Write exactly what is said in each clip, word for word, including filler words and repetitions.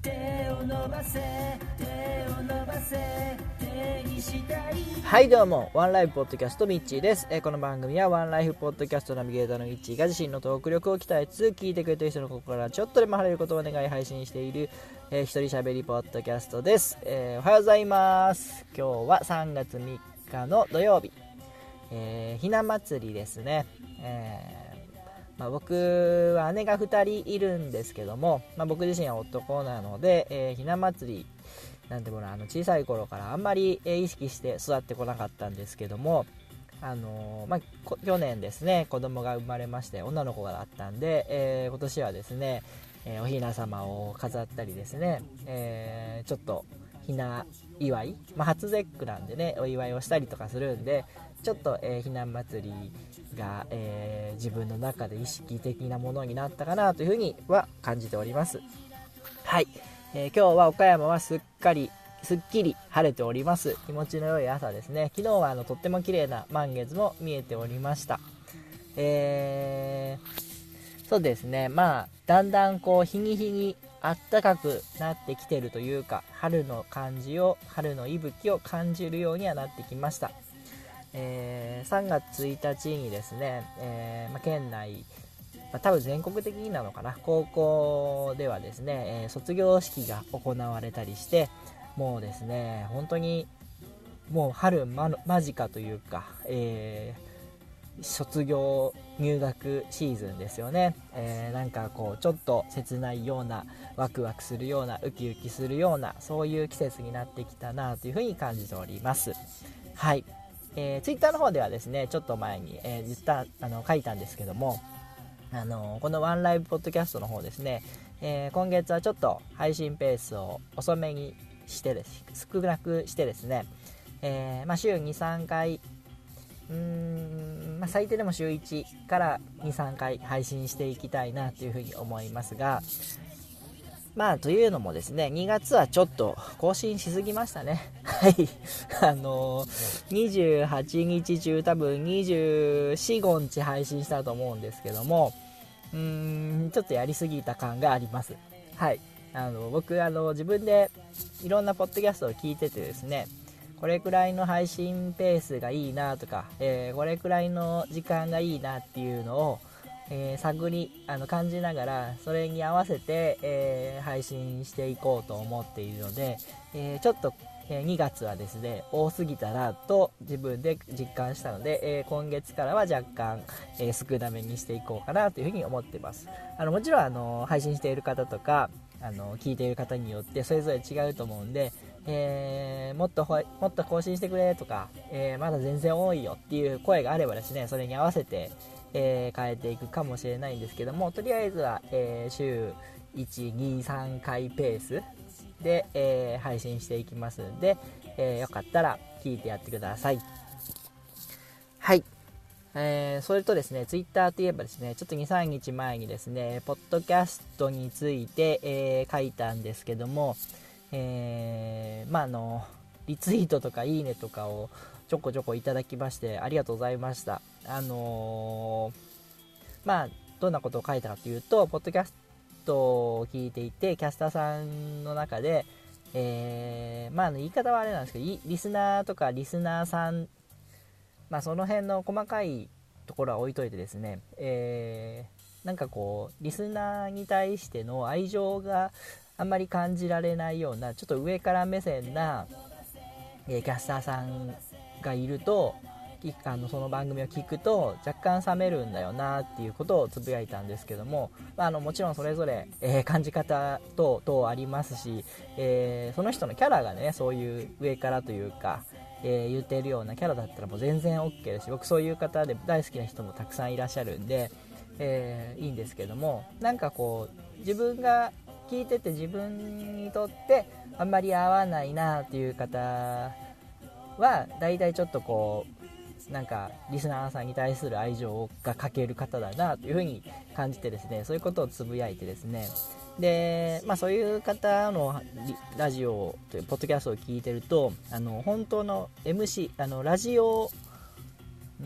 手を伸ばせ手を伸ばせ手にしたい。 はいどうも、ワンライフポッドキャストミッチーです。えー、この番組はワンライフポッドキャストナビゲーターのミッチーが自身のトーク力を鍛えつつ、聞いてくれている人の心からちょっとでも晴れることを願い配信している、えー、一人喋りポッドキャストです。えー、おはようございます。今日はさんがつみっかの土曜日、えー、ひな祭りですね。えーまあ、僕は姉がふたりいるんですけども、まあ、僕自身は男なので、えー、ひな祭りなんてものあの小さい頃からあんまり意識して育ってこなかったんですけども、あのーまあ、去年ですね子供が生まれまして、女の子がだったんで、えー、今年はですね、えー、おひな様を飾ったりですね、えー、ちょっとひな祝い、まあ、初節句なんでねお祝いをしたりとかするんで、ちょっと、えー、ひな祭りが、えー、自分の中で意識的なものになったかなというふうには感じております。はい、えー、今日は岡山はすっかりすっきり晴れております。気持ちの良い朝ですね。昨日はあのとっても綺麗な満月も見えておりました。えー、そうですね、まあだんだんこう日に日に暖かくなってきてるというか、春の感じを春の息吹を感じるようにはなってきました。えー、さんがつついたちにですね、えーまあ、県内、まあ、多分全国的になのかな、高校ではですね、えー、卒業式が行われたりして、もうですね本当にもう春間近というか、えー、卒業入学シーズンですよね。えー、なんかこうちょっと切ないような、ワクワクするような、ウキウキするような、そういう季節になってきたなというふうに感じております。はい、えー、ツイッターの方ではですねちょっと前に、えー、言ったあの書いたんですけども、あのこのワンライブポッドキャストの方ですね、えー、今月はちょっと配信ペースを遅めにしてです少なくしてですね、えーまあ、週 にさんかい、うーん、まあ、最低でも週いちからにさんかい配信していきたいなというふうに思いますが、まあというのもですね、にがつはちょっと更新しすぎましたね。はい、あのー、にじゅうはちにち中多分にじゅうよん、ごにち配信したと思うんですけども、うーんちょっとやりすぎた感があります。はい、あの僕あの自分でいろんなポッドキャストを聞いててですね、これくらいの配信ペースがいいなとか、えー、これくらいの時間がいいなっていうのをえー、探りあの感じながら、それに合わせて、えー、配信していこうと思っているので、えー、ちょっと、えー、にがつはですね多すぎたなと自分で実感したので、えー、今月からは若干、えー、少なめにしていこうかなというふうに思っています。あのもちろんあの配信している方とかあの聞いている方によってそれぞれ違うと思うんで、えー、もっとほもっと更新してくれとか、えー、まだ全然多いよっていう声があればですね、それに合わせてえー、変えていくかもしれないんですけども、とりあえずは、えー、週いち、に、さんかいペースで、えー、配信していきますんで、えー、よかったら聞いてやってください。はい、えー、それとですね、ツイッターといえばですね、ちょっとに、さんにちまえにですねポッドキャストについて、えー、書いたんですけども、えー、まああのリツイートとかいいねとかをちょこちょこいただきましてありがとうございました。あのー、まあどんなことを書いたかというと、ポッドキャストを聞いていてキャスターさんの中で、えー、まあ言い方はあれなんですけど、リスナーとかリスナーさん、まあその辺の細かいところは置いといてですね、えー、なんかこうリスナーに対しての愛情があんまり感じられないような、ちょっと上から目線なえー、キャスターさんがいると、あのその番組を聞くと若干冷めるんだよなっていうことをつぶやいたんですけども、まあ、あのもちろんそれぞれ、えー、感じ方等々ありますし、えー、その人のキャラがねそういう上からというか、えー、言っているようなキャラだったらもう全然 OK ですし、僕そういう方で大好きな人もたくさんいらっしゃるんで、えー、いいんですけども、なんかこう自分が聞いてて自分にとってあんまり合わないなっていう方はだいたいちょっとこうなんかリスナーさんに対する愛情が欠ける方だなというふうに感じてですね、そういうことをつぶやいてですね、で、まあ、そういう方のラジオというポッドキャストを聞いてると、あの本当の エムシー あのラジオうん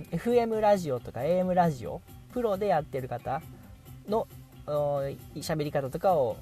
エフエム ラジオとか エーエム ラジオプロでやってる方の喋り方とかを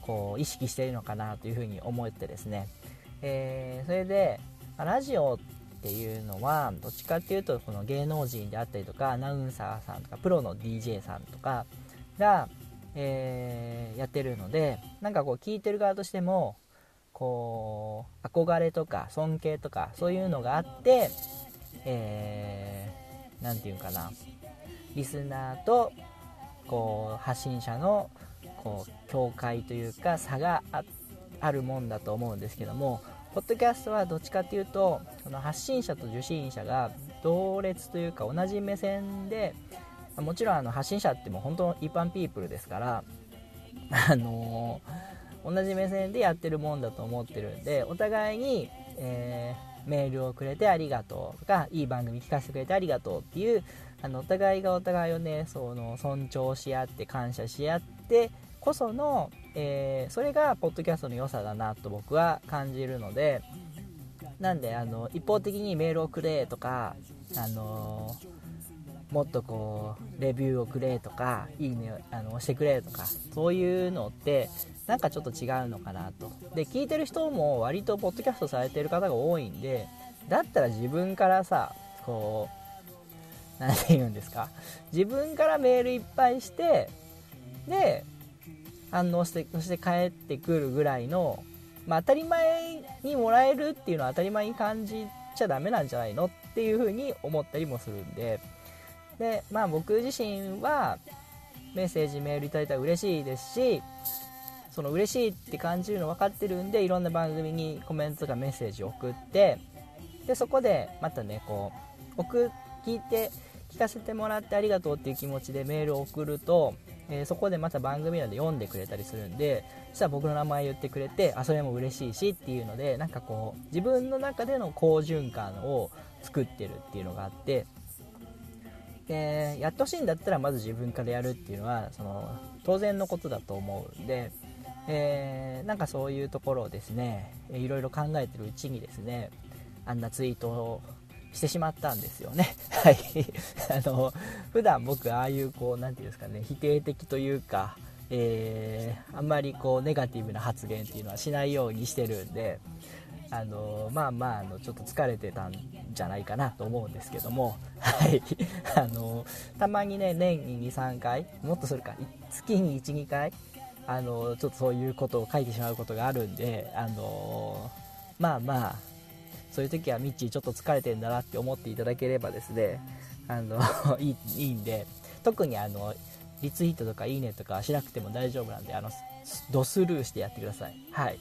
こう意識しているのかなというふうに思ってですね、えー、それでラジオっていうのはどっちかっていうとこの芸能人であったりとかアナウンサーさんとかプロの ディージェー さんとかが、えー、やってるので、なんかこう聞いてる側としてもこう憧れとか尊敬とかそういうのがあって、えー、なんていうかな、リスナーとこう発信者のこう境界というか差が あ, あるもんだと思うんですけども、ポッドキャストはどっちかっていうとこの発信者と受信者が同列というか同じ目線で、もちろんあの発信者ってもう本当の一般ピープルですから、あのー、同じ目線でやってるもんだと思ってるんで、お互いに、えー、メールをくれてありがとうとか、いい番組聞かせてくれてありがとうっていう、あのお互いがお互いをね、その尊重し合って感謝し合ってこその、えー、それがポッドキャストの良さだなと僕は感じるので、なんであの一方的にメールをくれとか、あのーもっとこうレビューをくれとかいいねあの押してくれとか、そういうのってなんかちょっと違うのかなと。で聞いてる人も割とポッドキャストされてる方が多いんで、だったら自分からさ、こう何て言うんですか、自分からメールいっぱいしてで反応して、そして返ってくるぐらいの、まあ、当たり前にもらえるっていうのは当たり前に感じちゃダメなんじゃないのっていう風に思ったりもするんで、で、まあ、僕自身はメッセージメールいただいたら嬉しいですし、その嬉しいって感じるの分かってるんで、いろんな番組にコメントとかメッセージを送って、でそこでまたねこう送聞いて聞かせてもらってありがとうっていう気持ちでメールを送ると、えー、そこでまた番組内で読んでくれたりするんで、そしたら僕の名前言ってくれて、あそれも嬉しいしっていうので、なんかこう自分の中での好循環を作ってるっていうのがあって、でやってほしいんだったらまず自分からやるっていうのはその当然のことだと思うんで、えー、なんかそういうところをですねいろいろ考えてるうちにですね、あんなツイートをしてしまったんですよねはいあの普段僕ああいうこうなんていうんですかね、否定的というか、えー、あんまりこうネガティブな発言っていうのはしないようにしてるんで、あのまあまああのちょっと疲れてたんじゃないかなと思うんですけども、はいあのたまにね年に にさんかい、もっとするか、月に いちにかいあのちょっとそういうことを書いてしまうことがあるんで、あのまあまあそういう時はミッチーちょっと疲れてんだなって思っていただければですね、あのいい、いいんで、特にあのリツイートとかいいねとかしなくても大丈夫なんで、あのドスルーしてやってください。はい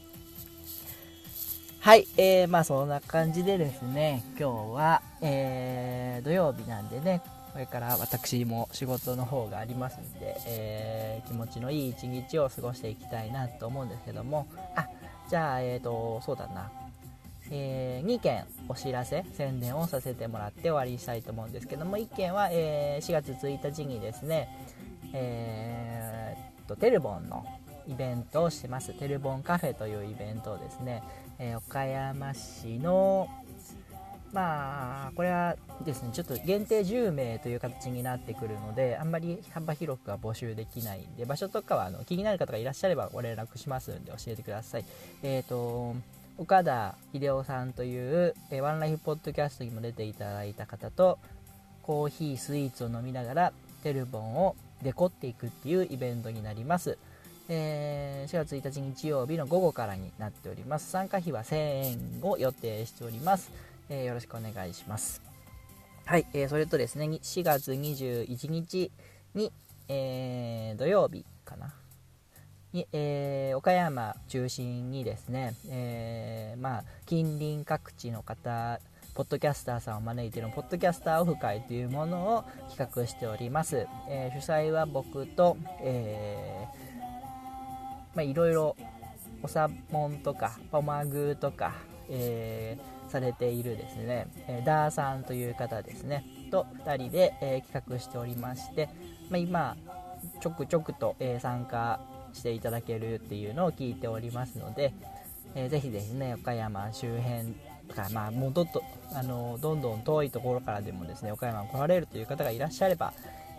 はい、えー、まあそんな感じでですね、今日は、えー、土曜日なんでね、これから私も仕事の方がありますんで、えー、気持ちのいい一日を過ごしていきたいなと思うんですけども、あ、じゃあ、えーと、そうだな、えー、にけんお知らせ、宣伝をさせてもらって終わりにしたいと思うんですけども、いっけんは、えー、しがつついたちにですね、えー、とテルボンのイベントをしてます。テルボンカフェというイベントをですね、えー、岡山市の、まあこれはですねちょっと限定じゅうめいという形になってくるので、あんまり幅広くは募集できないんで、場所とかはあの気になる方がいらっしゃればご連絡しますんで教えてください。えーと岡田秀夫さんという、えー、ワンライフポッドキャストにも出ていただいた方とコーヒースイーツを飲みながらテルボンをデコっていくっていうイベントになります。えー、しがつついたち日曜日の午後からになっております。参加費はせんえんを予定しております。えー、よろしくお願いします。はい、えー、それとですねしがつにじゅういちにちに、えー、土曜日かなに、えー、岡山中心にですね、えー、まあ近隣各地の方ポッドキャスターさんを招いてのポッドキャスターオフ会というものを企画しております。えー、主催は僕と、えーまあ、いろいろおさもんとかポマグとか、えー、されているですね、えー、ダーさんという方ですねとふたりで、えー、企画しておりまして、まあ、今ちょくちょくと、えー、参加していただけるっていうのを聞いておりますので、えー、ぜひですね岡山周辺とか、まあ、もうどっとあのどんどん遠いところからでもですね岡山に来られるという方がいらっしゃれば、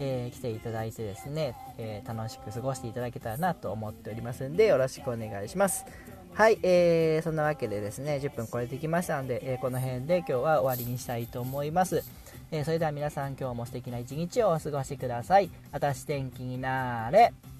えー、来ていただいてですね、えー、楽しく過ごしていただけたらなと思っておりますんで、よろしくお願いします。はい、えー、そんなわけでですね、じゅっぷん超えてきましたので、えー、この辺で今日は終わりにしたいと思います。えー、それでは皆さん今日も素敵な一日をお過ごしください。あたし天気になーれ。